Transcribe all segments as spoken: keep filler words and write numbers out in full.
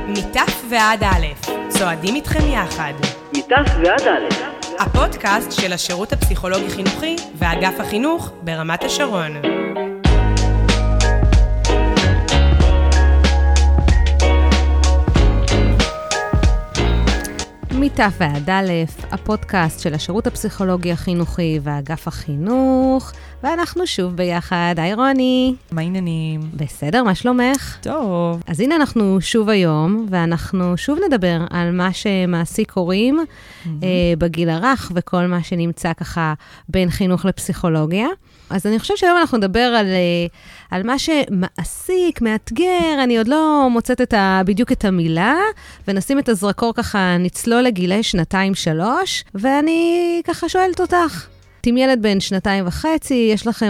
מתף ועד א', צועדים איתכם יחד. מתף ועד א'. הפודקאסט של השירות הפסיכולוגי חינוכי ואגף החינוך ברמת השרון. מתף ועד א', הפודקאסט של השירות הפסיכולוגי החינוכי ואגף החינוך, ואנחנו שוב ביחד. היי רוני. מה העניינים? בסדר, מה שלומך? טוב. אז הנה אנחנו שוב היום, ואנחנו שוב נדבר על מה שמעסיק הורים mm-hmm. אה, בגיל הרך, וכל מה שנמצא ככה בין חינוך לפסיכולוגיה. אז אני חושבת שהיום אנחנו נדבר על, על מה שמעסיק, מאתגר, אני עוד לא מוצאת את ה, בדיוק את המילה, ונשים את הזרקור ככה, נצלול לגילי שנתיים שלוש, ואני ככה שואלת אותך, עם ילד בן שנתיים וחצי, יש לכם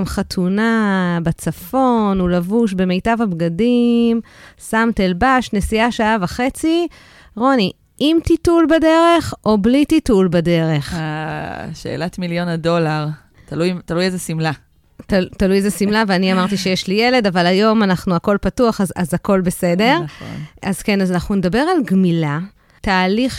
חתונה בצפון, הוא לבוש במיטב הבגדים, שם תלבש, נסיעה שעה וחצי, רוני, עם טיטול בדרך או בלי טיטול בדרך? אה, שאלת מיליון הדולר, תלוי, תלוי איזה סמלה. תל, תלוי איזה סמלה, ואני אמרתי שיש לי ילד, אבל היום אנחנו הכל פתוח, אז, אז הכל בסדר. נכון. אז כן, אז אנחנו נדבר על גמילה, תהליך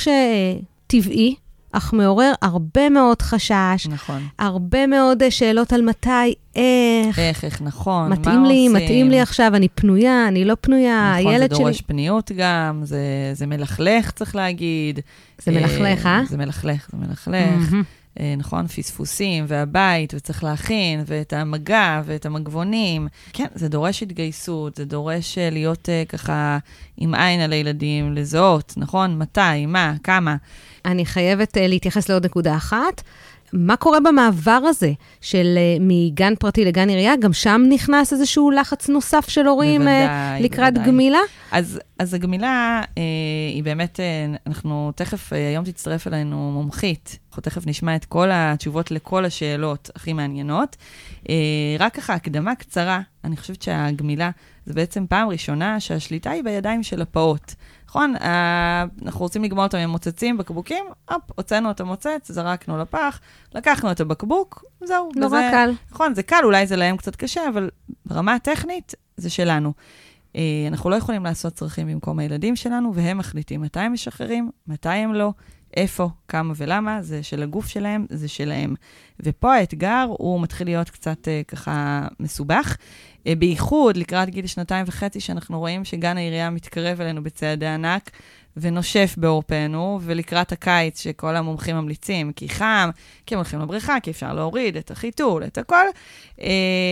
שטבעי, אך מעורר הרבה מאוד חשש, נכון. הרבה מאוד שאלות על מתי, איך. איך, איך, נכון, מתאים מה לי, עושים? מתאים לי עכשיו, אני פנויה, אני לא פנויה, נכון, הילד זה שלי... דורש פניות גם, זה, זה מלכלך, צריך להגיד. זה מלכלך, אה? זה מלכלך, זה מלכלך. Mm-hmm. נכון, פספוסים, והבית, וצריך להכין, ואת המגע, ואת המגבונים. כן, זה דורש התגייסות, זה דורש להיות ככה עם עין על הילדים, לזהות, נכון? מתי, מה, כמה. אני חייבת להתייחס לעוד נקודה אחת. מה קורה במעבר הזה של מגן פרטי לגן עירייה? גם שם נכנס איזשהו לחץ נוסף של הורים בוודאי, לקראת בוודאי. גמילה? אז, אז הגמילה אה, היא באמת, אה, אנחנו תכף, אה, היום תצטרף אלינו מומחית, אנחנו תכף נשמע את כל התשובות לכל השאלות הכי מעניינות. אה, רק ככה, הקדמה קצרה, אני חושבת שהגמילה זה בעצם פעם ראשונה שהשליטה היא בידיים של הפעוט. נכון, אנחנו רוצים לגמור אותם עם מוצצים, בקבוקים, אופ, הוצאנו את המוצץ, זרקנו לפח, לקחנו את הבקבוק, זהו. נורא קל. נכון, זה קל, אולי זה להם קצת קשה, אבל ברמה הטכנית זה שלנו. אנחנו לא יכולים לעשות צרכים במקום הילדים שלנו, והם מחליטים מתי הם משחררים, מתי הם לא, איפה, כמה ולמה, זה של הגוף שלהם, זה שלהם. ופה האתגר הוא מתחיל להיות קצת ככה מסובך, בייחוד לקראת גיל שנתיים וחצי, שאנחנו רואים שגן העירייה מתקרב אלינו בצעדי ענק, ונושף בעורפנו, ולקראת הקיץ שכל המומחים ממליצים, כי חם, כי הם הולכים לבריכה, כי אפשר להוריד את החיתול, את הכל. אה,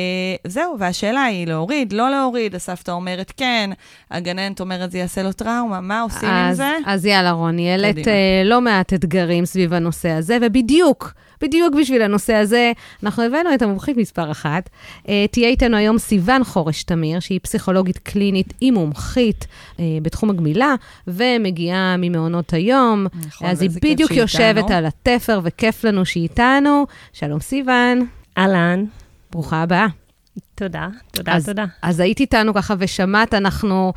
זהו, והשאלה היא להוריד, לא להוריד, הסבתא אומרת כן, הגננת אומרת זה יעשה לו טראומה, מה עושים אז, עם זה? אז יאללה רוני, העלית אה, לא מעט אתגרים סביב הנושא הזה, ובדיוק, בדיוק בשביל הנושא הזה, אנחנו הבאנו את המומחית מספר אחת. אה, תהיה איתנו היום סיוון חורש תמיר, שהיא פסיכולוגית קלינית, היא מומחית אה, בתחום הגמילה, ומגיעה ממעונות היום. נכון, אז היא בדיוק יושבת על התפר, וכיף לנו שהיא איתנו. שלום סיוון. אהלן. ברוכה הבאה. תודה, תודה, אז, תודה. אז היית איתנו ככה ושמעת, אנחנו...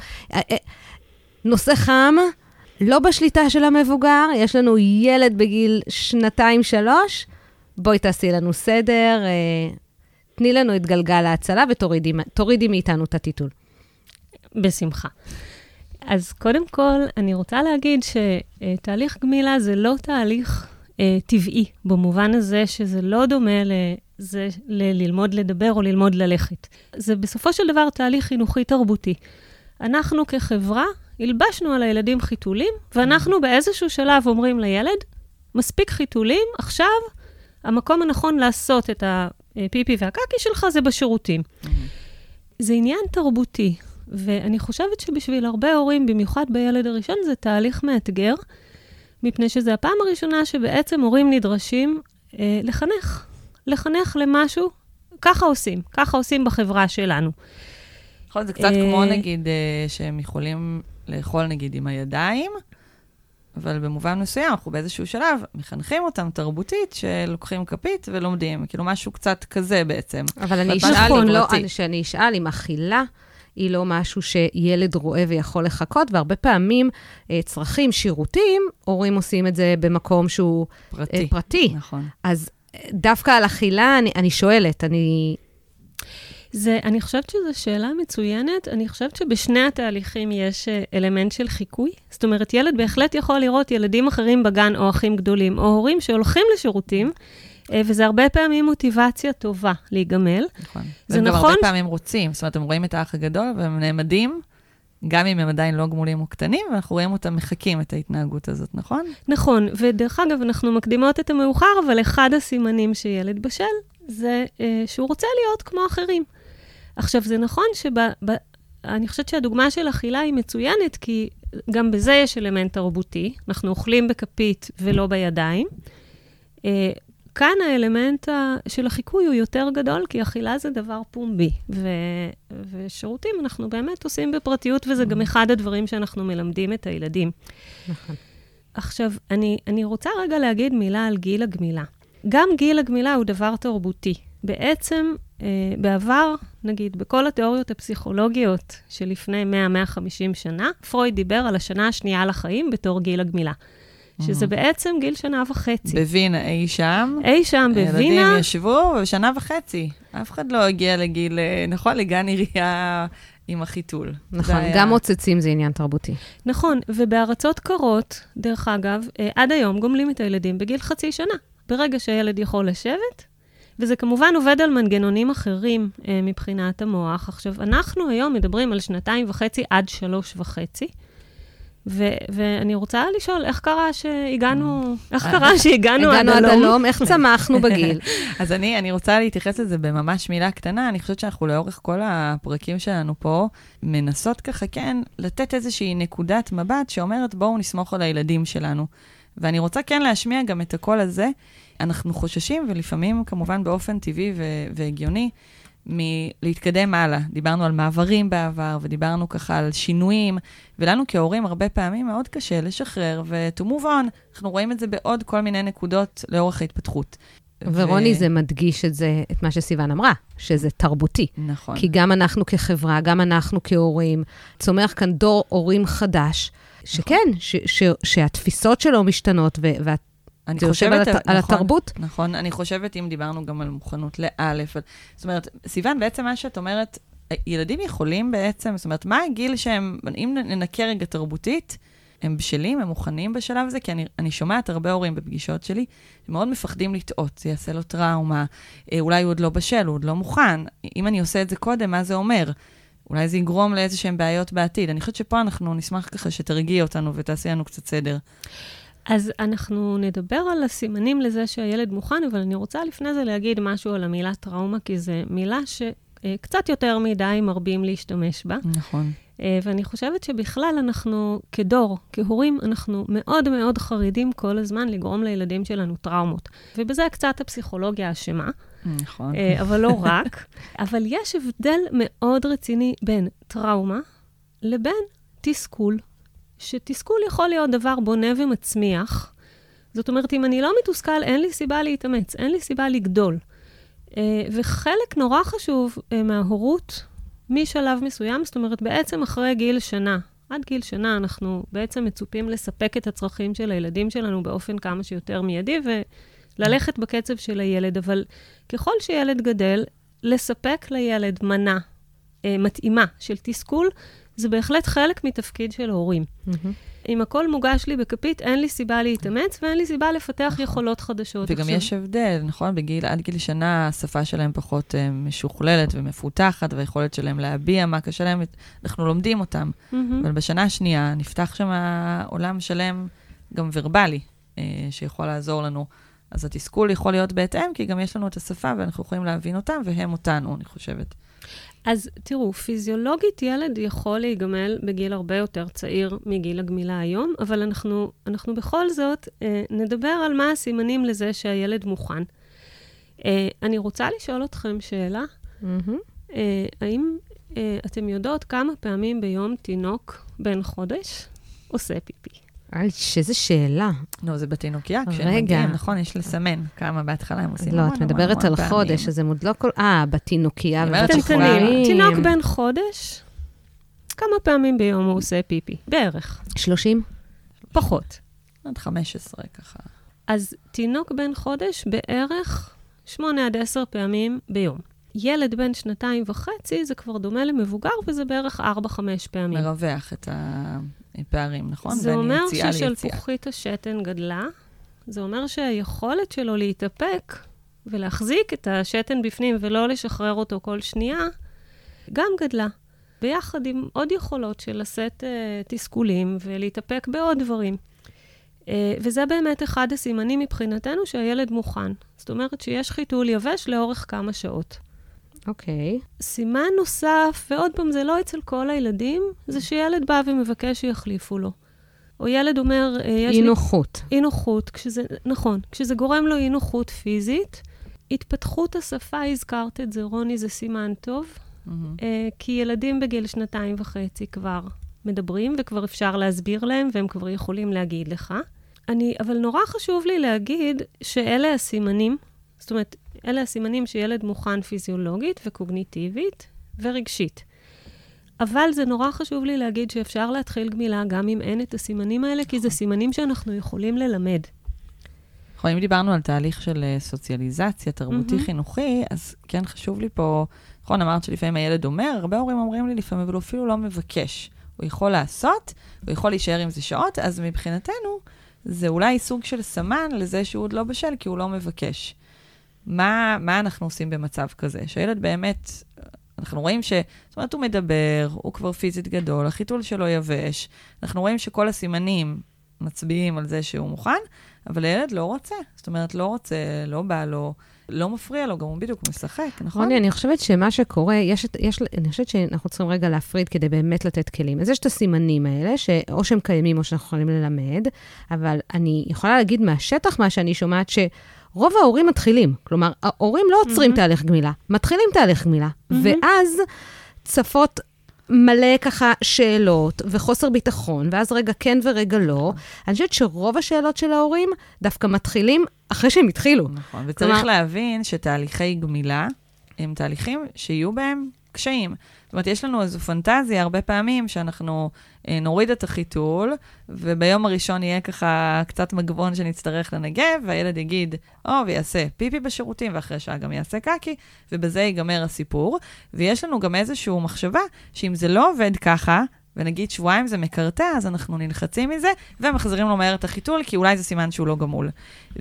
נושא חם, לא בשליטה של המבוגר, יש לנו ילד בגיל שנתיים שלוש, בואי תעשי לנו סדר, אה, תני לנו את גלגל ההצלה ותורידי מאיתנו את הטיטול. בשמחה. אז קודם כל, אני רוצה להגיד שתהליך גמילה זה לא תהליך אה, טבעי, במובן הזה שזה לא דומה לזה ל- ללמוד לדבר או ללמוד ללכת. זה בסופו של דבר תהליך חינוכי תרבותי. אנחנו כחברה הלבשנו על הילדים חיתולים, ואנחנו באיזשהו שלב אומרים לילד, מספיק חיתולים, עכשיו המקום הנכון לעשות את הפיפי והקקי שלך זה בשירותים. Mm-hmm. זה עניין תרבותי, ואני חושבת שבשביל הרבה הורים, במיוחד בילד הראשון, זה תהליך מאתגר, מפני שזה הפעם הראשונה שבעצם הורים נדרשים אה, לחנך, לחנך למשהו, ככה עושים, ככה עושים בחברה שלנו. נכון, זה קצת כמו נגיד שהם יכולים לאכול נגיד עם הידיים, אבל במובן מסוים, אנחנו באיזשהו שלב מחנכים אותם תרבותית, שלוקחים כפית ולומדים, כאילו משהו קצת כזה בעצם. אבל אני אשאל, לא, שאני אשאל אם אכילה, היא לא משהו שילד רואה ויכול לחכות, והרבה פעמים צרכים, שירותים, הורים עושים את זה במקום שהוא פרטי. פרטי. נכון. אז דווקא על אכילה, אני, אני שואלת, אני... זה, אני חושבת שזו שאלה מצוינת. אני חושבת שבשני התהליכים יש אלמנט של חיקוי. זאת אומרת, ילד בהחלט יכול לראות ילדים אחרים בגן או אחים גדולים, או הורים שהולכים לשירותים, וזה הרבה פעמים מוטיבציה טובה להיגמל. נכון. זה וגם נכון. הרבה פעמים רוצים. זאת אומרת, הם רואים את האח הגדול, והם נעמדים, גם אם הם עדיין לא גמולים או קטנים, ואנחנו רואים אותם מחקים את ההתנהגות הזאת, נכון? נכון, ודרך אגב, אנחנו מקדימות את המאוחר, אבל אחד הסימנים שילד בשל, זה אה, שהוא רוצה להיות כמו אחרים. עכשיו, זה נכון שאני חושבת שהדוגמה של אכילה היא מצוינת, כי גם בזה יש אלמנט תרבותי, אנחנו אוכלים בכפית ולא בידיים. אה, כאן האלמנט של החיקוי הוא יותר גדול, כי אכילה זה דבר פומבי, ו... ושירותים אנחנו באמת עושים בפרטיות, וזה גם אחד הדברים שאנחנו מלמדים את הילדים. נכון. עכשיו, אני, אני רוצה רגע להגיד מילה על גיל הגמילה. גם גיל הגמילה הוא דבר תרבותי. בעצם, אה, בעבר, נגיד, בכל התיאוריות הפסיכולוגיות שלפני מאה עד מאה וחמישים שנה, פרויד דיבר על השנה השנייה לחיים בתור גיל הגמילה. שזה בעצם גיל שנה וחצי. בווינה, אי שם. אי שם בווינה. ילדים ישבו, ושנה וחצי. אף אחד לא הגיע לגיל, נכון, לגן עירייה עם החיתול. נכון, היה... גם מוצצים זה עניין תרבותי. נכון, ובארצות קרות, דרך אגב, עד היום גומלים את הילדים בגיל חצי שנה. ברגע שהילד יכול לשבת, וזה כמובן עובד על מנגנונים אחרים אה, מבחינת המוח. עכשיו, אנחנו היום מדברים על שנתיים וחצי עד שלוש וחצי, ו- ואני רוצה לשאול, איך קרה שהגענו, איך קרה שהגענו עד הגענו עד הלום? הלום, איך צמחנו בגיל? אז אני, אני רוצה להתייחס לזה בממש מילה קטנה. אני חושבת שאנחנו לאורך כל הפרקים שלנו פה, מנסות ככה, כן, לתת איזושהי נקודת מבט שאומרת, בואו נסמוך על הילדים שלנו. ואני רוצה כן להשמיע גם את הקול הזה. אנחנו חוששים, ולפעמים כמובן באופן טבעי ו- והגיוני, מלהתקדם הלאה. דיברנו על מעברים בעבר, ודיברנו ככה על שינויים, ולנו כהורים הרבה פעמים מאוד קשה לשחרר, ו-to move on, אנחנו רואים את זה בעוד כל מיני נקודות לאורך ההתפתחות. ורוני, זה מדגיש את זה, את מה שסיוון אמרה, שזה תרבותי. נכון. כי גם אנחנו כחברה, גם אנחנו כהורים, צומח כאן דור הורים חדש, שכן, ש- ש- שהתפיסות שלו משתנות, ו- ואת אני זה יושב על, הת... נכון, על התרבות. נכון, אני חושבת, אם דיברנו גם על מוכנות לאלף, זאת אומרת, סיוון, בעצם מה שאת אומרת, ילדים יכולים בעצם, זאת אומרת, מה הגיל שהם, אם ננקה רגע תרבותית, הם בשלים, הם מוכנים בשלב הזה, כי אני, אני שומעת הרבה הורים בפגישות שלי, שמאוד מפחדים לטעות, זה יעשה לו טראומה, אולי הוא עוד לא בשל, הוא עוד לא מוכן, אם אני עושה את זה קודם, מה זה אומר? אולי זה יגרום לאיזשהם בעיות בעתיד. אני חושבת שפה אנחנו נשמח ככה שתרגיע אותנו ותעשי לנו קצת סדר. אז אנחנו נדבר על הסימנים לזה שהילד מוכן, אבל אני רוצה לפני זה להגיד משהו על המילה טראומה, כי זו מילה שקצת יותר מדי מרבים להשתמש בה. נכון. ואני חושבת שבכלל אנחנו כדור, כהורים, אנחנו מאוד מאוד חרדים כל הזמן לגרום לילדים שלנו טראומות. ובזה קצת הפסיכולוגיה אשמה. נכון. אבל לא רק. אבל יש הבדל מאוד רציני בין טראומה לבין תסכול. שתסכול יכול להיות דבר בונה ומצמיח. זאת אומרת, אם אני לא מתוסכל, אין לי סיבה להתאמץ, אין לי סיבה לגדול. וחלק נורא חשוב מההורות, משלב מסוים, זאת אומרת, בעצם אחרי גיל שנה, עד גיל שנה אנחנו בעצם מצופים לספק את הצרכים של הילדים שלנו באופן כמה שיותר מיידי, וללכת בקצב של הילד. אבל ככל שילד גדל, לספק לילד מנה מתאימה של תסכול, זה בהחלט חלק מתפקיד של הורים. Mm-hmm. אם הכל מוגש לי בכפית, אין לי סיבה להתאמץ, ואין לי סיבה לפתח נכון. יכולות חדשות. וגם עכשיו. יש הבדל, נכון? בגיל, עד גיל שנה, השפה שלהם פחות uh, משוכללת ומפותחת, והיכולת שלהם להביע מה קשה להם, אנחנו לומדים אותם. Mm-hmm. אבל בשנה השנייה, נפתח שם עולם שלם, גם ורבלי, uh, שיכול לעזור לנו. אז התסכול יכול להיות בהתאם, כי גם יש לנו את השפה, ואנחנו יכולים להבין אותם, והם אותנו, אני חושבת. אז תראו, פיזיולוגית ילד יכול להיגמל בגיל הרבה יותר צעיר מגיל הגמילה היום, אבל אנחנו, אנחנו בכל זאת אה, נדבר על מה הסימנים לזה שהילד מוכן. אה, אני רוצה לשאול אתכם שאלה. Mm-hmm. אה, האם אה, אתם יודעות כמה פעמים ביום תינוק בן חודש עושה פיפי? אוי, שזה שאלה. לא, זה בתינוקיה, כשהם מגיעים, נכון, יש לסמן כמה בהתחלה הם עושים. לא, את מדברת על חודש, אז הם עוד לא כל... אה, בתינוקיה ובתיכונים. תינוק בן חודש, כמה פעמים ביום הוא עושה פיפי? בערך. שלושים? פחות. עד חמש עשרה ככה. אז תינוק בן חודש בערך שמונה עד עשר פעמים ביום. ילד בן שנתיים וחצי, זה כבר דומה למבוגר, וזה בערך ארבע חמש פעמים. מרווח את הפערים, נכון? זה אומר ששלפוחית השתן גדלה, זה אומר שהיכולת שלו להתאפק ולהחזיק את השתן בפנים ולא לשחרר אותו כל שנייה, גם גדלה. ביחד עם עוד יכולות של לשאת uh, תסכולים ולהתאפק בעוד דברים. Uh, וזה באמת אחד הסימנים מבחינתנו שהילד מוכן. זאת אומרת שיש חיתול יבש לאורך כמה שעות. אוקיי. Okay. סימן נוסף, ועוד פעם זה לא אצל כל הילדים, זה שילד בא ומבקש שיחליפו לו. או ילד אומר, יש אי נוחות. לי... אי נוחות, כשזה, נכון. כשזה גורם לו אי נוחות פיזית, התפתחות השפה, הזכרת את זה, רוני, זה סימן טוב. Mm-hmm. Uh, כי ילדים בגיל שנתיים וחצי כבר מדברים, וכבר אפשר להסביר להם, והם כבר יכולים להגיד לך. אני, אבל נורא חשוב לי להגיד שאלה הסימנים, זאת אומרת, אלה הסימנים שילד מוכן פיזיולוגית וקוגניטיבית ורגשית. אבל זה נורא חשוב לי להגיד שאפשר להתחיל גמילה גם אם אין את הסימנים האלה, כי זה סימנים שאנחנו יכולים ללמד. נכון, אם דיברנו על תהליך של סוציאליזציה, תרבותי חינוכי, אז כן חשוב לי פה, נכון, אמרת שלפעמים הילד אומר, הרבה הורים אומרים לי לפעמים, אבל הוא אפילו לא מבקש. הוא יכול לעשות, הוא יכול להישאר עם זה שעות, אז מבחינתנו, זה אולי סוג של סמן לזה שהוא עוד לא בשל, כי הוא לא מבקש. מה, מה אנחנו עושים במצב כזה? שהילד באמת, אנחנו רואים ש... זאת אומרת, הוא מדבר, הוא כבר פיזית גדול, החיתול שלו יבש, אנחנו רואים שכל הסימנים מצביעים על זה שהוא מוכן, אבל הילד לא רוצה. זאת אומרת, לא רוצה, לא בא לו, לא מפריע לו, גם הוא בדיוק משחק, נכון? רוני, אני חושבת שמה שקורה, יש, יש, אני חושבת שאנחנו צריכים רגע להפריד כדי באמת לתת כלים. אז יש את הסימנים האלה, שאו שהם קיימים או שאנחנו יכולים ללמד, אבל אני יכולה להגיד מהשטח מה שאני שומעת, שרוב ההורים מתחילים. כלומר, ההורים לא עוצרים mm-hmm. תהליך גמילה, מתחילים תהליך גמילה. Mm-hmm. ואז צפות מלא ככה שאלות וחוסר ביטחון, ואז רגע כן ורגע לא. אני חושבת שרוב השאלות של ההורים דווקא מתחילים אחרי שהם התחילו. נכון, וצריך כלומר... להבין שתהליכי גמילה הם תהליכים שיהיו בהם קשיים. זאת אומרת, יש לנו איזו פנטזיה הרבה פעמים שאנחנו אה, נוריד את החיתול, וביום הראשון יהיה ככה קצת מגבון שנצטרך לנגב, והילד יגיד, או, ויעשה פיפי בשירותים, ואחרי שעה גם יעשה קקי, ובזה ייגמר הסיפור. ויש לנו גם איזושהי מחשבה, שאם זה לא עובד ככה, ונגיד שבועיים זה מקרטע, אז אנחנו נלחצים מזה, ומחזירים לו מהר את החיתול, כי אולי זה סימן שהוא לא גמול.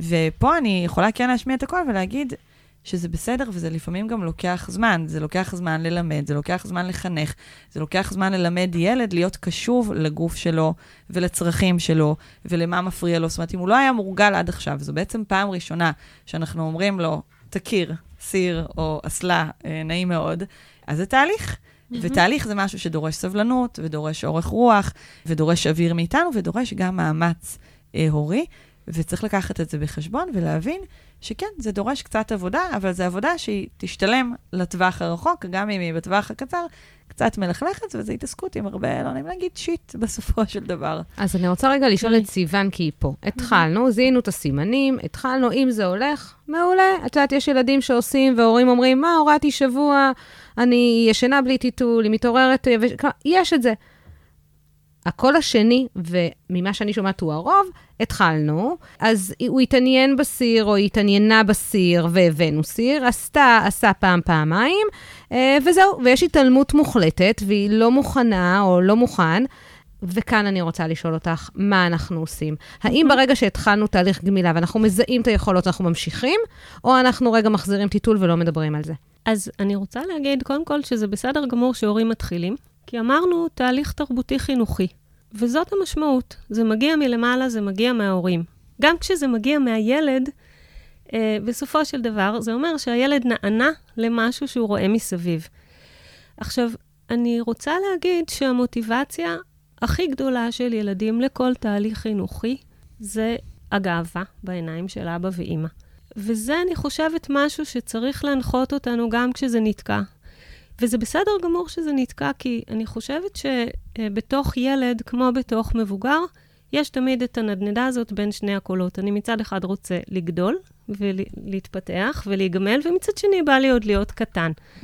ופה אני יכולה כן להשמיע את הכל ולהגיד, שזה בסדר, וזה לפעמים גם לוקח זמן. זה לוקח זמן ללמד, זה לוקח זמן לחנך, זה לוקח זמן ללמד ילד להיות קשוב לגוף שלו, ולצרכים שלו, ולמה מפריע לו. זאת אומרת, אם הוא לא היה מורגל עד עכשיו, זו בעצם פעם ראשונה שאנחנו אומרים לו, תכיר, סיר או אסלה, נעים מאוד, אז זה תהליך. Mm-hmm. ותהליך זה משהו שדורש סבלנות, ודורש אורך רוח, ודורש אוויר מאיתנו, ודורש גם מאמץ אה, הורי, וצריך לקחת את זה בחשבון ולהבין שכן, זה דורש קצת עבודה, אבל זו עבודה שהיא תשתלם לטווח הרחוק, גם אם היא בטווח הקצר, קצת מלכלכת, וזה התעסקות עם הרבה, לא נעים להגיד, שיט בסופו של דבר. אז אני רוצה רגע לשאול את סיוון, כי היא פה. התחלנו, זיהינו את הסימנים, התחלנו, אם זה הולך, מעולה. את יודעת, יש ילדים שעושים, והורים אומרים, מה, הורדתי שבוע, אני ישנה בלי טיטול, היא מתעוררת, יש את זה. הקול השני, וממה שאני שומעת הוא הרוב, התחלנו, אז הוא התעניין בסיר, או התעניינה בסיר, והבאנו סיר, עשתה, עשה פעם, פעמיים, וזהו, ויש התעלמות מוחלטת, והיא לא מוכנה, או לא מוכן, וכאן אני רוצה לשאול אותך, מה אנחנו עושים? האם ברגע שהתחלנו תהליך גמילה, ואנחנו מזהים את היכולות, אנחנו ממשיכים, או אנחנו רגע מחזירים טיטול ולא מדברים על זה? אז אני רוצה להגיד, קודם כל, שזה בסדר גמור שהורים מתחילים, כי אמרנו תהליך תרבותי חינוכי, וזאת המשמעות. זה מגיע מלמעלה, זה מגיע מההורים. גם כשזה מגיע מהילד, אה, בסופו של דבר, זה אומר שהילד נענה למשהו שהוא רואה מסביב. עכשיו, אני רוצה להגיד שהמוטיבציה הכי גדולה של ילדים לכל תהליך חינוכי, זה הגאווה בעיניים של אבא ואמא. וזה, אני חושבת, משהו שצריך להנחות אותנו גם כשזה נתקע. וזה בסדר גמור שזה נתקע, כי אני חושבת שבתוך ילד, כמו בתוך מבוגר, יש תמיד את הנדנדה הזאת בין שני הקולות. אני מצד אחד רוצה לגדול ולהתפתח ולהיגמל, ומצד שני בא לי עוד להיות קטן.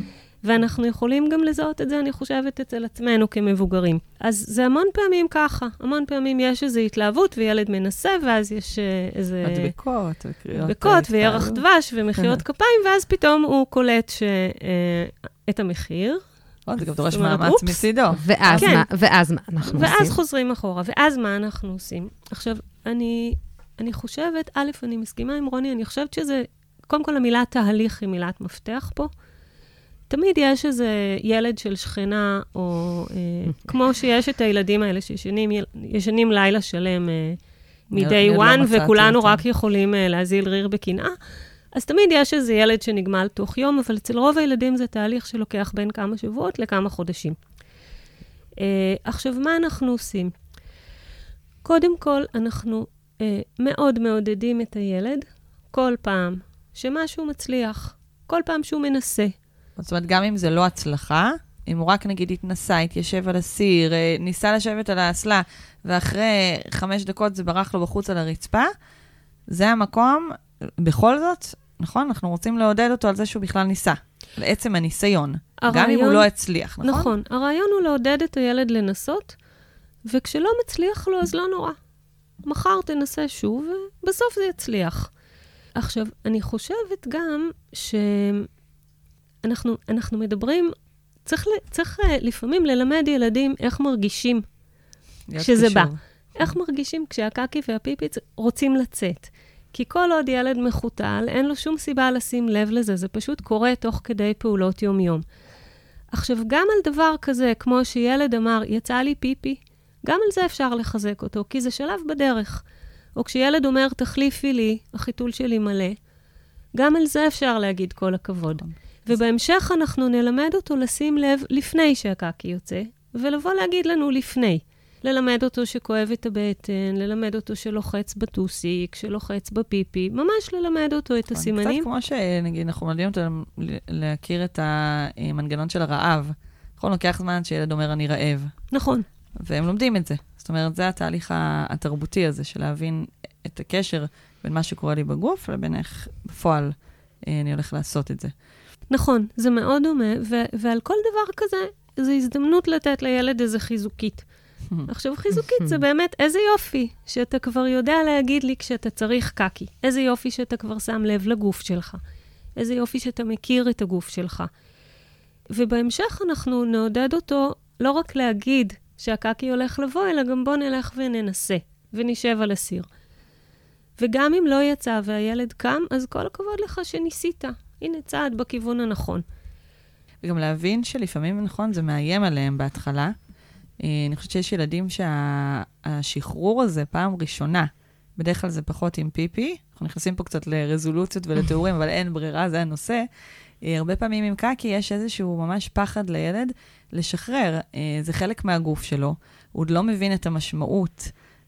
ואנחנו יכולים גם לזהות את זה, אני חושבת, אצל עצמנו כמבוגרים. אז זה המון פעמים ככה. המון פעמים יש איזו התלהבות, וילד מנסה, ואז יש איזה... מדבקות וקריאות. מדבקות, וירח דבש, ומחיאות כפיים, ואז פתאום הוא קולט ש... את המחיר. זה גם דורש מאמץ מצידו. ואז מה אנחנו עושים? ואז חוזרים אחורה, ואז מה אנחנו עושים? עכשיו, אני חושבת, א', אני מסכימה עם רוני, אני חושבת שזה, קודם כל המילה תהליך היא מילת מפתח פה. תמיד יש איזה ילד של שכנה, או כמו שיש את הילדים האלה שישנים לילה שלם מ-day one, וכולנו רק יכולים להזיל ריר בקנאה. אז תמיד יש איזה ילד שנגמל תוך יום, אבל אצל רוב הילדים זה תהליך שלוקח בין כמה שבועות לכמה חודשים. Uh, עכשיו, מה אנחנו עושים? קודם כל, אנחנו uh, מאוד מעודדים את הילד, כל פעם שמשהו מצליח, כל פעם שהוא מנסה. זאת אומרת, גם אם זה לא הצלחה, אם הוא רק נגיד התנסה, התיישב על הסיר, ניסה לשבת על האסלה, ואחרי חמש דקות זה ברח לו בחוץ על הרצפה, זה המקום, בכל זאת, נכון? אנחנו רוצים לעודד אותו על זה שהוא בכלל ניסה. לעצם הניסיון. הרעיון, גם אם הוא לא הצליח, נכון? נכון. הרעיון הוא לעודד את הילד לנסות, וכשלא מצליח לו, אז לא נורא. מחר תנסה שוב, ובסוף זה יצליח. עכשיו, אני חושבת גם שאנחנו אנחנו מדברים, צריך, צריך לפעמים ללמד ילדים איך מרגישים כשזה בא. איך מרגישים כשהקקי והפיפיץ רוצים לצאת. כי כל עוד ילד מחוטל, אין לו שום סיבה לשים לב לזה, זה פשוט קורה תוך כדי פעולות יום-יום. עכשיו, גם על דבר כזה, כמו שילד אמר, יצא לי פיפי, גם על זה אפשר לחזק אותו, כי זה שלב בדרך. או כשילד אומר, תחליפי לי, החיתול שלי מלא, גם על זה אפשר להגיד כל הכבוד. ובהמשך אנחנו נלמד אותו לשים לב לפני שהקקי יוצא, ולבוא להגיד לנו לפני. ללמד אותו שכואב את הבטן, ללמד אותו שלוחץ בטוסיק, שלוחץ בפיפי, ממש ללמד אותו את הסימנים. קצת כמו שנגיד, אנחנו מלמדים אותו להכיר את המנגנון של הרעב. נכון, לוקח זמן שילד אומר, אני רעב. נכון. והם לומדים את זה. זאת אומרת, זה התהליך התרבותי הזה, של להבין את הקשר בין מה שקורה לי בגוף, לבין איך בפועל אני הולך לעשות את זה. נכון, זה מאוד דומה, ו- ועל כל דבר כזה, זו הזדמנות לתת לילד איזה חיזוקית. עכשיו, חיזוקית זה באמת איזה יופי שאתה כבר יודע להגיד לי כשאתה צריך קקי. איזה יופי שאתה כבר שם לב לגוף שלך. איזה יופי שאתה מכיר את הגוף שלך. ובהמשך אנחנו נעודד אותו לא רק להגיד שהקקי הולך לבוא, אלא גם בוא נלך וננסה, ונשב על הסיר. וגם אם לא יצא והילד קם, אז כל הכבוד לך שניסית. הנה צעד בכיוון הנכון. וגם להבין שלפעמים, נכון, זה מאיים עליהם בהתחלה. אני חושבת שיש ילדים שהשחרור הזה פעם ראשונה, בדרך כלל זה פחות עם פיפי, אנחנו נכנסים פה קצת לרזולוציות ולתיאורים, אבל אין ברירה, זה הנושא. הרבה פעמים עם קקי יש איזשהו ממש פחד לילד לשחרר. זה חלק מהגוף שלו, הוא עוד לא מבין את המשמעות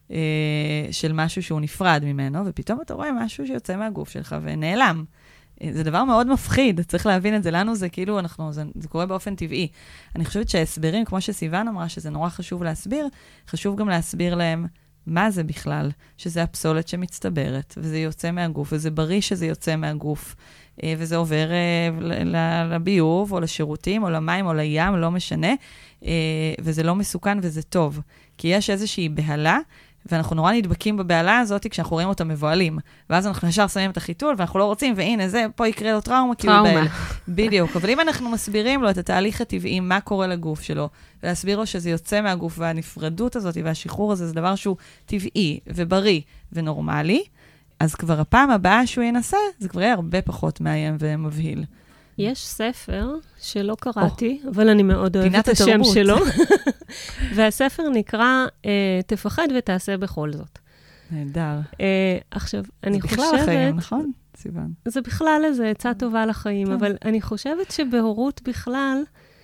של משהו שהוא נפרד ממנו, ופתאום אתה רואה משהו שיוצא מהגוף שלך ונעלם. זה דבר מאוד מפחיד, צריך להבין את זה. לנו זה כאילו, אנחנו, זה, זה קורה באופן טבעי. אני חושבת שההסברים, כמו שסיוון אמרה, שזה נורא חשוב להסביר, חשוב גם להסביר להם מה זה בכלל, שזה הפסולת שמצטברת, וזה יוצא מהגוף, וזה בריא שזה יוצא מהגוף, וזה עובר לביוב, או לשירותים, או למים, או לים, לא משנה, וזה לא מסוכן וזה טוב. כי יש איזושהי בהלה, ואנחנו נורא נדבקים בבעלה הזאת כשאנחנו רואים אותה מבועלים. ואז אנחנו נשאר שמים את החיתול, ואנחנו לא רוצים, והנה, זה, פה יקרה לו טראומה, טראומה. בדיוק. אבל אם אנחנו מסבירים לו את התהליך הטבעי, מה קורה לגוף שלו, ולהסביר לו שזה יוצא מהגוף, והנפרדות הזאת והשחרור הזה, זה דבר שהוא טבעי ובריא ונורמלי, אז כבר הפעם הבאה שהוא ינסה, זה כבר יהיה הרבה פחות מאיים ומבהיל. יש ספר שלא קראתי, oh. אבל אני מאוד אוהבת את השם שלו. והספר נקרא, תפחד ותעשה בכל זאת. נהדר. עכשיו, אני חושבת... זה בכלל החיים, נכון, סיוון? זה בכלל איזה עצה טובה לחיים, אבל אני חושבת שבהורות בכלל,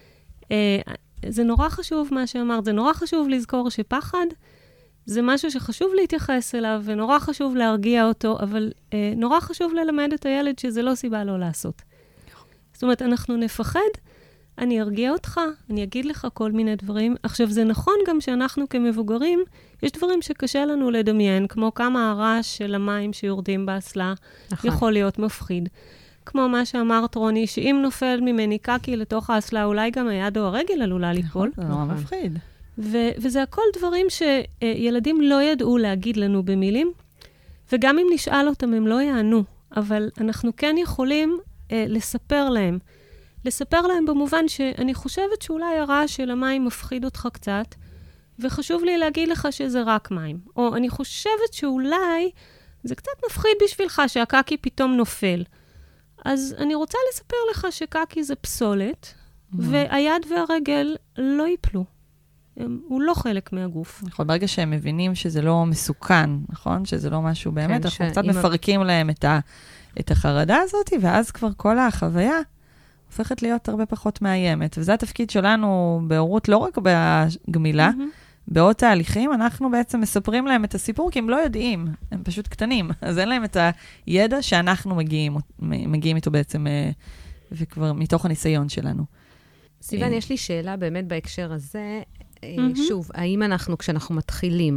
זה נורא חשוב מה שאמרת, זה נורא חשוב לזכור שפחד, זה משהו שחשוב להתייחס אליו, ונורא חשוב להרגיע אותו, אבל נורא חשוב ללמד את הילד שזה לא סיבה לא לעשות. זאת אומרת, אנחנו נפחד, אני ארגיע אותך, אני אגיד לך כל מיני דברים. עכשיו, זה נכון גם שאנחנו כמבוגרים, יש דברים שקשה לנו לדמיין, כמו כמה הרעש של המים שיורדים באסלה, נכון. יכול להיות מפחיד. כמו מה שאמרת, רוני, שאם נופל ממני קקי לתוך האסלה, אולי גם היד או הרגל עלולה ליפול. זה נורא מפחיד. ו- וזה הכל דברים שילדים לא ידעו להגיד לנו במילים, וגם אם נשאל אותם, הם לא יענו. אבל אנחנו כן יכולים אה, לספר להם. לספר להם במובן שאני חושבת שאולי הרעש של המים מפחיד אותך קצת, וחשוב לי להגיד לך שזה רק מים. או אני חושבת שאולי זה קצת מפחיד בשבילך שהקקי פתאום נופל. אז אני רוצה לספר לך שקקי זה פסולת, mm-hmm. והיד והרגל לא ייפלו. הם, הוא לא חלק מהגוף. נכון, ברגע שהם מבינים שזה לא מסוכן, נכון? שזה לא משהו באמת, כן, אנחנו קצת מפרקים ה... להם את, ה, את החרדה הזאת, ואז כבר כל החוויה הופכת להיות הרבה פחות מאיימת. וזה התפקיד שלנו בהורות, לא רק בגמילה, mm-hmm. בעוד תהליכים, אנחנו בעצם מספרים להם את הסיפור, כי הם לא יודעים, הם פשוט קטנים. אז אין להם את הידע שאנחנו מגיעים, מגיעים איתו בעצם, וכבר מתוך הניסיון שלנו. סיוון, יש לי שאלה באמת בהקשר הזה. שוב, האם אנחנו, כשאנחנו מתחילים,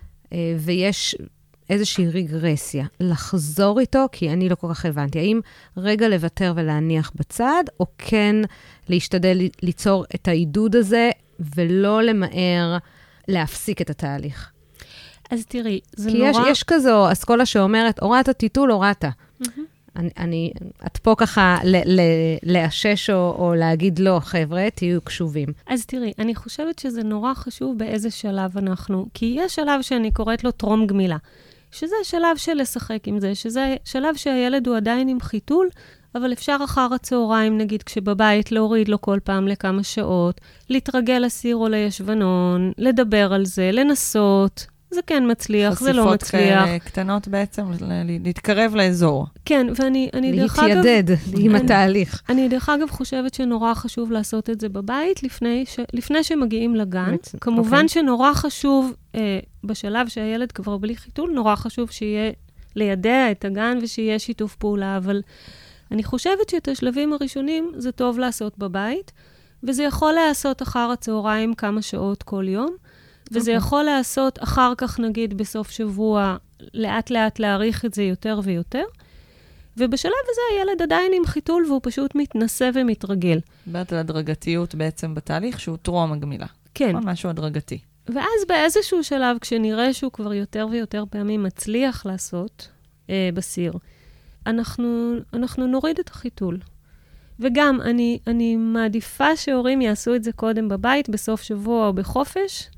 ויש איזושהי רגרסיה, לחזור איתו, כי אני לא כל כך הבנתי, האם רגע לוותר ולהניח בצד, או כן להשתדל ליצור את העידוד הזה, ולא למהר להפסיק את התהליך? אז תראי, זה כי נורא... כי יש, יש כזו אסכולה שאומרת, הורדת טיטול, הורדת. Mm-hmm. אני, אני, את פה ככה ל, ל, לאשש או, או להגיד לא, חבר'ה, תהיו קשובים. אז תראי, אני חושבת שזה נורא חשוב באיזה שלב אנחנו, כי יש שלב שאני קוראת לו טרום גמילה, שזה שלב של לשחק עם זה, שזה שלב שהילד הוא עדיין עם חיתול, אבל אפשר אחר הצהריים, נגיד, כשבבית להוריד לו כל פעם לכמה שעות, להתרגל לסיר או לישבנון, לדבר על זה, לנסות. זה כן מצליח, זה לא מצליח. חשיפות קטנות בעצם, להתקרב לאזור. כן, ואני דרך אגב... להתיידד עם התהליך. אני דרך אגב חושבת שנורא חשוב לעשות את זה בבית, לפני, ש, לפני שמגיעים לגן. כמובן okay. שנורא חשוב, אה, בשלב שהילד כבר בלי חיתול, נורא חשוב שיהיה לידע את הגן ושיהיה שיתוף פעולה, אבל אני חושבת שאת השלבים הראשונים זה טוב לעשות בבית, וזה יכול לעשות אחר הצהריים כמה שעות כל יום, וזה יכול לעשות אחר כך, נגיד, בסוף שבוע, לאט לאט להאריך את זה יותר ויותר. ובשלב הזה הילד עדיין עם חיתול, והוא פשוט מתנסה ומתרגל. באת על הדרגתיות בעצם בתהליך, שהוא טרום הגמילה. כן. משהו הדרגתי. ואז באיזשהו שלב, כשנראה שהוא כבר יותר ויותר פעמים מצליח לעשות אה, בסיר, אנחנו, אנחנו נוריד את החיתול. וגם, אני, אני מעדיפה שהורים יעשו את זה קודם בבית, בסוף שבוע או בחופש,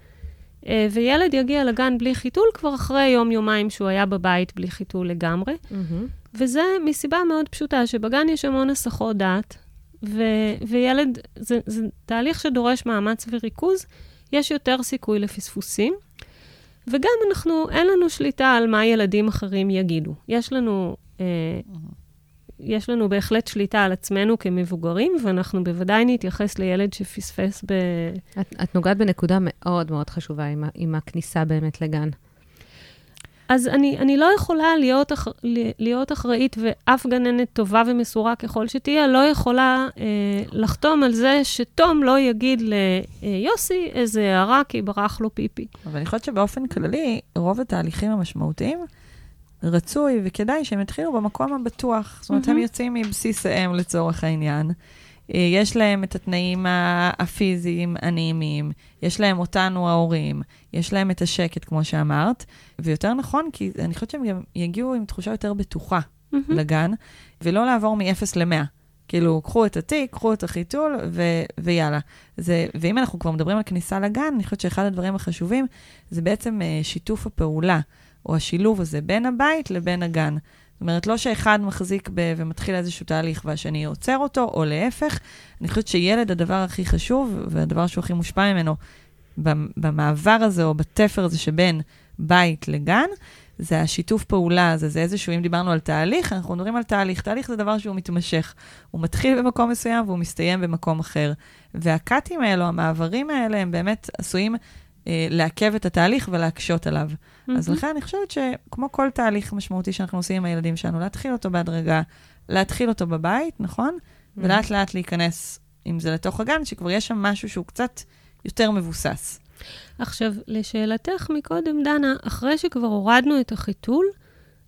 וילד יגיע לגן בלי חיתול כבר אחרי יום-יומיים שהוא היה בבית בלי חיתול לגמרי. Mm-hmm. וזה מסיבה מאוד פשוטה, שבגן יש המון הסחות דעת, ו- וילד, זה, זה תהליך שדורש מאמץ וריכוז, יש יותר סיכוי לפספוסים, וגם אנחנו, אין לנו שליטה על מה ילדים אחרים יגידו. יש לנו... אה, mm-hmm. יש לנו בהחלט שליטה על עצמנו כמבוגרים, ואנחנו בוודאי נתייחס לילד שפספס ב... את, את נוגעת בנקודה מאוד מאוד חשובה עם, עם הכניסה באמת לגן. אז אני, אני לא יכולה להיות, אח, להיות אחראית, ואף גננת טובה ומסורה ככל שתהיה, לא יכולה אה, לחתום על זה שתום לא יגיד ליוסי איזה הערה, כי ברח לו פיפי. אבל אני חושבת שבאופן כללי, רוב התהליכים המשמעותיים, רצוי וכדאי שהם יתחילו במקום הבטוח. זאת אומרת, mm-hmm. הם יוצאים מבסיס האם לצורך העניין. יש להם את התנאים הפיזיים, הנעימים, יש להם אותנו ההורים, יש להם את השקט, כמו שאמרת, ויותר נכון, כי אני חושבת שהם גם יגיעו עם תחושה יותר בטוחה mm-hmm. לגן, ולא לעבור מ-אפס ל-מאה. כאילו, קחו את התיק, קחו את החיתול, ו- ויאללה. זה, ואם אנחנו כבר מדברים על כניסה לגן, אני חושבת שאחד הדברים החשובים, זה בעצם uh, שיתוף הפעולה, או השילוב הזה בין הבית לבין הגן. זאת אומרת, לא שאחד מחזיק ב- ומתחיל איזשהו תהליך והשני עוצר אותו, או להפך. אני חושבת שילד הדבר הכי חשוב, והדבר שהוא הכי מושפע ממנו, במעבר הזה או בתפר הזה שבין בית לגן, זה השיתוף פעולה הזה, זה איזשהו, אם דיברנו על תהליך, אנחנו מדברים על תהליך. תהליך זה דבר שהוא מתמשך. הוא מתחיל במקום מסוים והוא מסתיים במקום אחר. והקאטים האלו, המעברים האלה, הם באמת עשויים אה, לעכב את התהליך ולהקשות עליו. Mm-hmm. אז לכן אני חושבת שכמו כל תהליך משמעותי שאנחנו עושים עם הילדים שלנו, להתחיל אותו בהדרגה, להתחיל אותו בבית, נכון? Mm-hmm. ולאט לאט להיכנס, אם זה לתוך הגן, שכבר יש שם משהו שהוא קצת יותר מבוסס. עכשיו, לשאלתך מקודם, דנה, אחרי שכבר הורדנו את החיתול,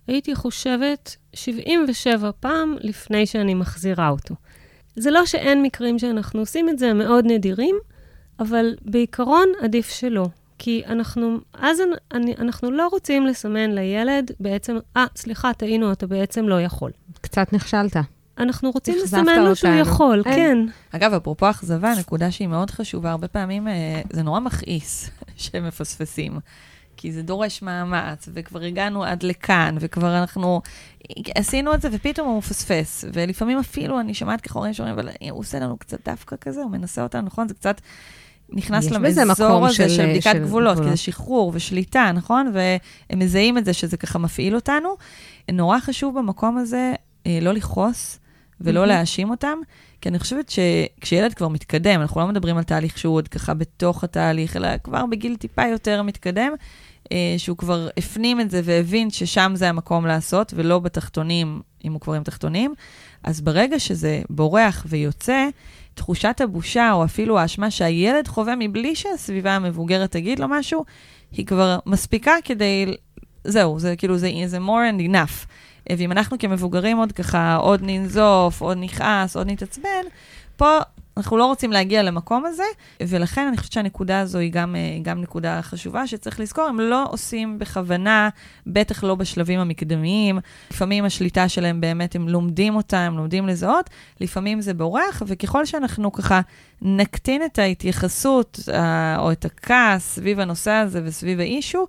הייתי חושבת שבעים ושבע פעם לפני שאני מחזירה אותו. זה לא שאין מקרים שאנחנו עושים את זה, הם מאוד נדירים, אבל בעיקרון עדיף שלא. כי אנחנו, אז אני, אנחנו לא רוצים לסמן לילד בעצם, אה, סליחה, טעינו, אתה בעצם לא יכול. קצת נכשלת. אנחנו רוצים לסמן לו שהוא יכול, כן. אגב, אפרופו אכזבה, נקודה שהיא מאוד חשובה, הרבה פעמים זה נורא מכעיס שהם מפספסים. כי זה דורש מאמץ, וכבר הגענו עד לכאן, וכבר אנחנו עשינו את זה, ופתאום הוא מפספס. ולפעמים אפילו, אני שמעת כחורים שאומרים, אבל הוא עושה לנו קצת דווקא כזה, הוא מנסה אותנו, נכון? זה קצת נכנס למזור הזה של בדיקת גבולות, כי זה שחרור ושליטה, נכון? והם מזהים את זה שזה ככה מפעיל אותנו. נורא חשוב במקום הזה לא לכעוס ולא להאשים אותם, כי אני חושבת שכשילד כבר מתקדם, אנחנו לא מדברים על תהליך שהוא עוד ככה בתוך התהליך, אלא כבר בגיל טיפה יותר מתקדם, שהוא כבר הפנים את זה והבין ששם זה המקום לעשות, ולא בתחתונים, אם הוא כבר עם תחתונים. אז ברגע שזה בורח ויוצא, תחושת הבושה, או אפילו האשמה שהילד חווה מבלי שהסביבה המבוגרת תגיד לו משהו, היא כבר מספיקה כדי, זהו, זה כאילו, זה, זה more and enough. ואם אנחנו כמבוגרים עוד ככה, עוד ננזוף, עוד נכעס, עוד נתעצבן, פה אנחנו לא רוצים להגיע למקום הזה, ולכן אני חושבת שהנקודה הזו היא גם, גם נקודה חשובה שצריך לזכור, הם לא עושים בכוונה, בטח לא בשלבים המקדמיים, לפעמים השליטה שלהם באמת, הם לומדים אותה, הם לומדים לזהות, לפעמים זה בורח, וככל שאנחנו ככה נקטין את ההתייחסות, או את הכעס סביב הנושא הזה וסביב האישו,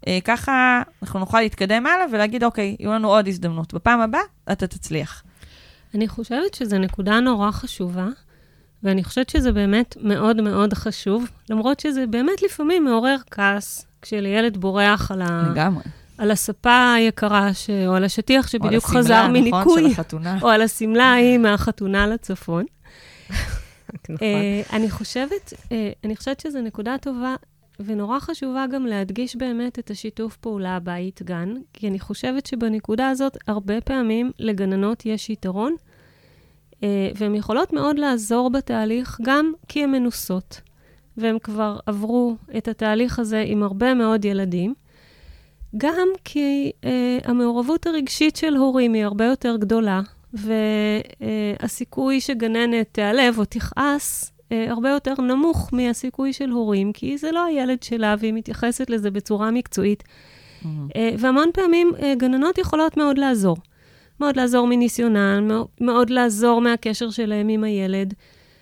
ככה אנחנו נוכל להתקדם הלאה ולהגיד, אוקיי, יהיו לנו עוד הזדמנות. בפעם הבאה, אתה תצליח. אני חושבת שזו נקודה נורא חשובה, ואני חושבת שזה באמת מאוד מאוד חשוב, למרות שזה באמת לפעמים מעורר כעס, כשלילד בורח על, ה... על הספה היקרה, ש... או על השטיח שבדיוק חזר מניקוי, או על הסמלה ההיא מהחתונה לצפון. אני חושבת, אני חושבת שזו נקודה טובה, ונורא חשובה גם להדגיש באמת את השיתוף פעולה בית גן, כי אני חושבת שבנקודה הזאת הרבה פעמים לגננות יש יתרון, והן יכולות מאוד לעזור בתהליך גם כי הן מנוסות, והן כבר עברו את התהליך הזה עם הרבה מאוד ילדים, גם כי המעורבות הרגשית של הורים היא הרבה יותר גדולה, והסיכוי שגננת תיעלב או תכעס, הרבה יותר נמוך מהסיכוי של הורים, כי זה לא הילד שלה, והיא מתייחסת לזה בצורה מקצועית. Mm-hmm. והמון פעמים גננות יכולות מאוד לעזור. מאוד לעזור מניסיונן, מאוד, מאוד לעזור מהקשר שלהם עם הילד.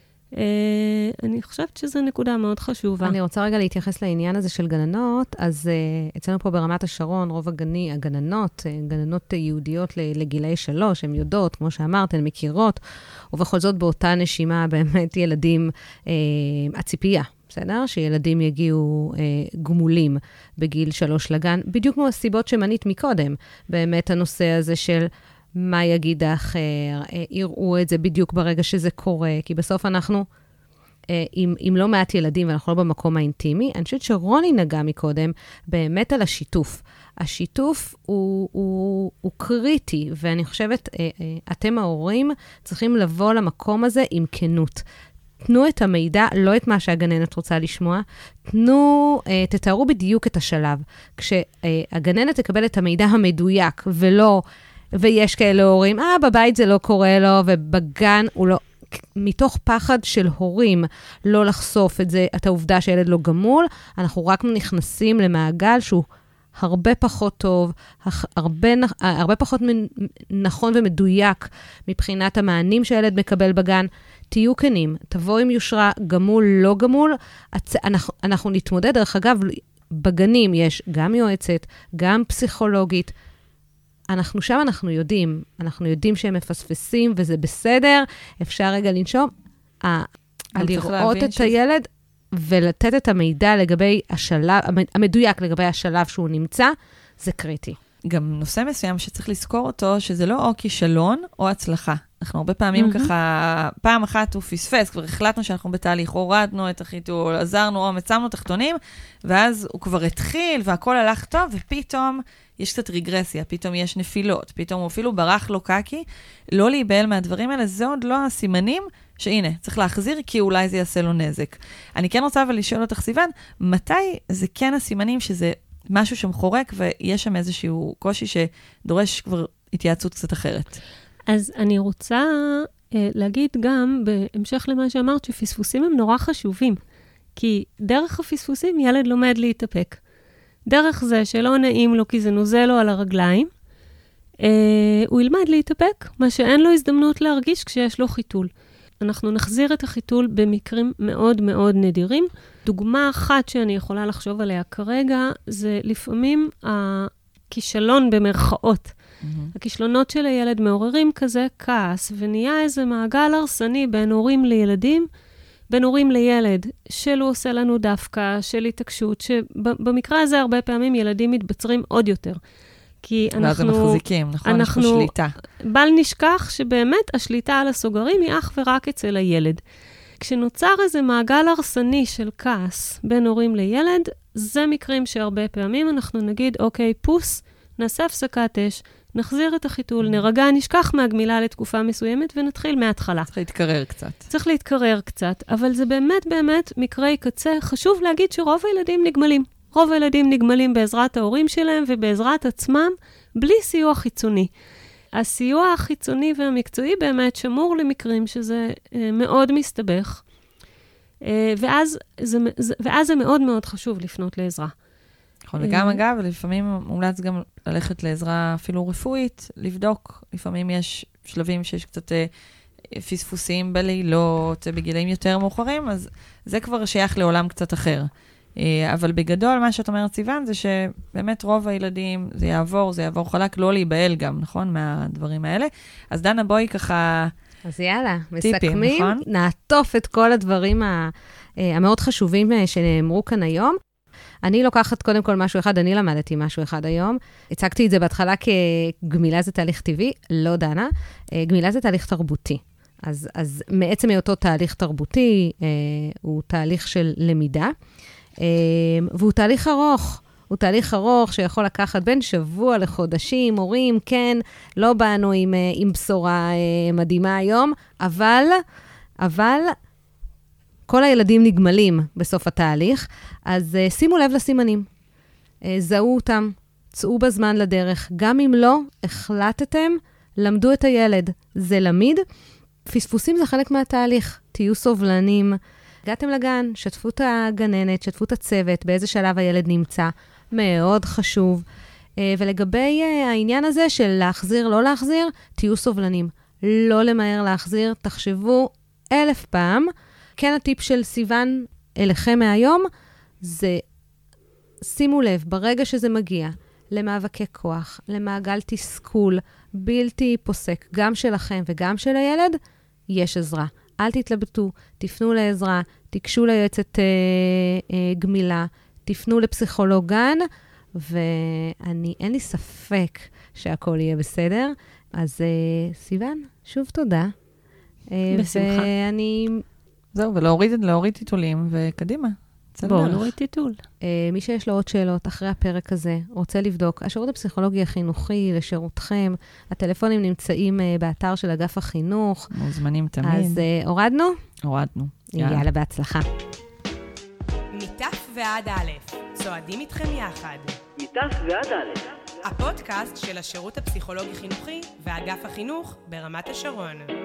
אני חושבת שזו נקודה מאוד חשובה. אני רוצה רגע להתייחס לעניין הזה של גננות, אז אצלנו פה ברמת השרון, רוב הגני, הגננות, גננות יהודיות לגילי שלוש, הן יודעות, כמו שאמרת, הן מכירות, ובכל זאת באותה נשימה באמת ילדים, אה, הציפייה, בסדר? שילדים יגיעו אה, גמולים בגיל שלוש לגן, בדיוק כמו הסיבות שמנית מקודם, באמת הנושא הזה של מה יגיד האחר, יראו את זה בדיוק ברגע שזה קורה, כי בסוף אנחנו, עם, עם לא מעט ילדים, ואנחנו לא במקום האינטימי, אני חושבת שרוני נגע מקודם, באמת על השיתוף. השיתוף הוא, הוא, הוא קריטי, ואני חושבת, אתם ההורים צריכים לבוא למקום הזה עם כנות. תנו את המידע, לא את מה שהגננת רוצה לשמוע, תנו, תתארו בדיוק את השלב. כשהגננת תקבל את המידע המדויק, ולא... ויש כאלה הורים, אה, בבית זה לא קורה לו, ובגן הוא לא, מתוך פחד של הורים לא לחשוף את זה, את העובדה שילד לא גמול, אנחנו רק נכנסים למעגל שהוא הרבה פחות טוב, הרבה, הרבה פחות נכון ומדויק מבחינת המענים שהילד מקבל בגן. תהיו כנים, תבואו עם יושרה, גמול, לא גמול, אנחנו, אנחנו נתמודד, דרך אגב, בגנים יש גם יועצת, גם פסיכולוגית, אנחנו שם, אנחנו יודעים, אנחנו יודעים שהם מפספסים, וזה בסדר, אפשר רגע לנשום, לראות את הילד, ולתת את המידע לגבי השלב, המדויק לגבי השלב שהוא נמצא, זה קריטי. גם נושא מסוים שצריך לזכור אותו, שזה לא או כישלון או הצלחה. אנחנו הרבה פעמים mm-hmm. ככה, פעם אחת הוא פספס, כבר החלטנו שאנחנו בתהליך, הורדנו את החיתול, עזרנו או מצמנו תחתונים, ואז הוא כבר התחיל והכל הלך טוב, ופתאום יש קצת רגרסיה, פתאום יש נפילות, פתאום הוא אפילו ברח לו קקי, לא להיבהל מהדברים האלה, זה עוד לא הסימנים, שהנה, צריך להחזיר, כי אולי זה יעשה לו נזק. אני כן רוצה אבל לשאול אותך, סיוון, מתי זה כן הסימנים שזה משהו שם חורק, ויש שם איזשהו קושי שדורש כבר התייעצות קצת אחרת. אז אני רוצה אה, להגיד גם, בהמשך למה שאמרת, שפספוסים הם נורא חשובים. כי דרך הפספוסים ילד לומד להתאפק. דרך זה שלא נעים לו כי זה נוזל לו על הרגליים, אה, הוא ילמד להתאפק, מה שאין לו הזדמנות להרגיש כשיש לו חיתול. אנחנו נחזיר את החיתול במקרים מאוד מאוד נדירים. דוגמה אחת שאני יכולה לחשוב עליה כרגע, זה לפעמים הכישלון במרכאות. Mm-hmm. הכישלונות של הילד מעוררים כזה כעס, ונהיה איזה מעגל הרסני בין הורים לילדים, בין הורים לילד, שלו עושה לנו דווקא, של התעקשות, שבמקרה הזה הרבה פעמים ילדים מתבצרים עוד יותר. כי אנחנו... ואז הם מחזיקים, נכון? אנחנו... יש פה שליטה. בל נשכח שבאמת השליטה על הסוגרים היא אך ורק אצל הילד. כשנוצר איזה מעגל הרסני של כעס בין הורים לילד, זה מקרים שהרבה פעמים אנחנו נגיד, אוקיי, פוס, נעשה הפסקת אש, נחזיר את החיתול, נרגע, נשכח מהגמילה לתקופה מסוימת ונתחיל מההתחלה. צריך להתקרר קצת. צריך להתקרר קצת, אבל זה באמת באמת מקרי קצה. חשוב להגיד שרוב הילדים נגמלים. רוב הילדים נגמלים בעזרת ההורים שלהם ובעזרת עצמם, בלי סיוע חיצוני. הסיוע החיצוני והמקצועי באמת שמור למקרים שזה אה, מאוד מסתבך, אה, ואז, זה, ואז זה מאוד מאוד חשוב לפנות לעזרה. נכון, וגם אגב, לפעמים מומלץ גם ללכת לעזרה אפילו רפואית, לבדוק. לפעמים יש שלבים שיש קצת אה, פספוסים בלילות, בגילאים יותר מאוחרים, אז זה כבר שייך לעולם קצת אחר. אבל בגדול, מה שאת אומרת, סיוון, זה שבאמת רוב הילדים, זה יעבור, זה יעבור חלק, לא להיבהל גם, נכון? מהדברים האלה. אז דנה, בואי ככה... אז יאללה, טיפים, מסכמים, נכון? נעטוף את כל הדברים המאוד חשובים שנאמרו כאן היום. אני לוקחת קודם כל משהו אחד, אני למדתי משהו אחד היום. הצגתי את זה בהתחלה כגמילה זה תהליך טבעי, לא דנה. גמילה זה תהליך תרבותי. אז, אז מעצם היותו תהליך תרבותי, הוא תהליך של למידה. והוא תהליך ארוך, הוא תהליך ארוך שיכול לקחת בין שבוע לחודשים, הורים, כן, לא באנו עם, עם בשורה מדהימה היום, אבל, אבל כל הילדים נגמלים בסוף התהליך, אז שימו לב לסימנים, זהו אותם, צאו בזמן לדרך, גם אם לא החלטתם, למדו את הילד, זה למיד, פספוסים זה חלק מהתהליך, תהיו סובלנים, הגעתם לגן, שתפו את הגננת, שתפו את הצוות, באיזה שלב הילד נמצא, מאוד חשוב. ולגבי העניין הזה של להחזיר, לא להחזיר, תהיו סובלנים. לא למהר להחזיר, תחשבו אלף פעם. כן, הטיפ של סיוון אליכם מהיום, זה שימו לב, ברגע שזה מגיע למאבקי כוח, למעגל תסכול, בלתי פוסק, גם שלכם וגם של הילד, יש עזרה. אל תתלבטו, תפנו לעזרה, תיגשו ליועצת אה, אה, גמילה, תפנו לפסיכולוג גן, ואני, אין לי ספק שהכל יהיה בסדר. אז אה, סיוון, שוב תודה. אה, בשמחה. ואני... זהו, ולהוריד להוריד טיטולים, וקדימה. בואו נוריד טיטול. Uh, מי שיש לו עוד שאלות אחרי הפרק הזה, רוצה לבדוק, השירות הפסיכולוגי החינוכי לשירותכם, הטלפונים נמצאים uh, באתר של אגף החינוך. מוזמנים תמיד. אז uh, הורדנו? הורדנו. יאללה, יאללה בהצלחה. מתף ועד א', צועדים איתכם יחד. מתף ועד א'. הפודקאסט של השירות הפסיכולוגי חינוכי ואגף החינוך ברמת השרון.